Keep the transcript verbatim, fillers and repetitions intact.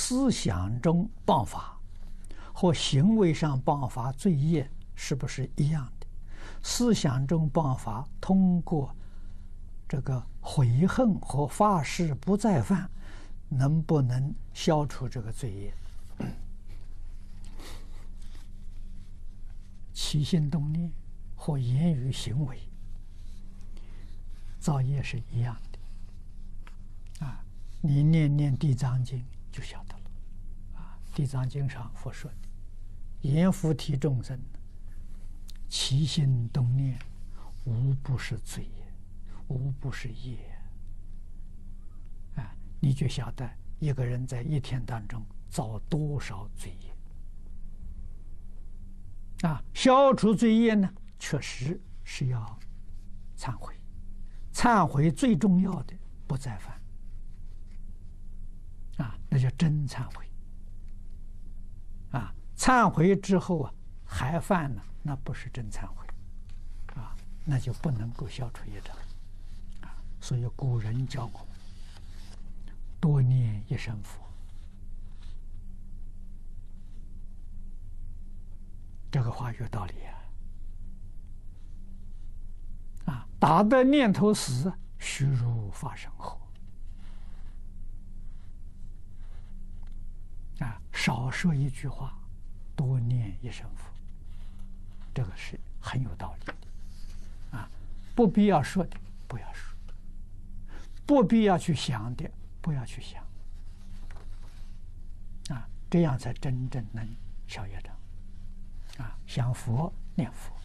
思想中谤法和行为上谤法罪业是不是一样的？思想中谤法通过这个悔恨和发誓不再犯，能不能消除这个罪业？起心动念或言语行为造业是一样的啊！你念念地藏经就晓得了啊！地藏经上佛说的，阎浮提众生起心动念无不是罪业，无不是业啊！你就晓得一个人在一天当中造多少罪业啊！消除罪业呢，确实是要忏悔，忏悔最重要的不再犯啊，那叫真忏悔啊！忏悔之后啊还犯呢，那不是真忏悔啊，那就不能够消除业障啊。所以古人教我们多念一声佛，这个话有道理啊！啊，打的念头死，须如发生后啊，少说一句话，多念一声佛，这个是很有道理的啊！不必要说的不要说，不必要去想的不要去想啊，这样才真正能消业障啊！想佛念佛。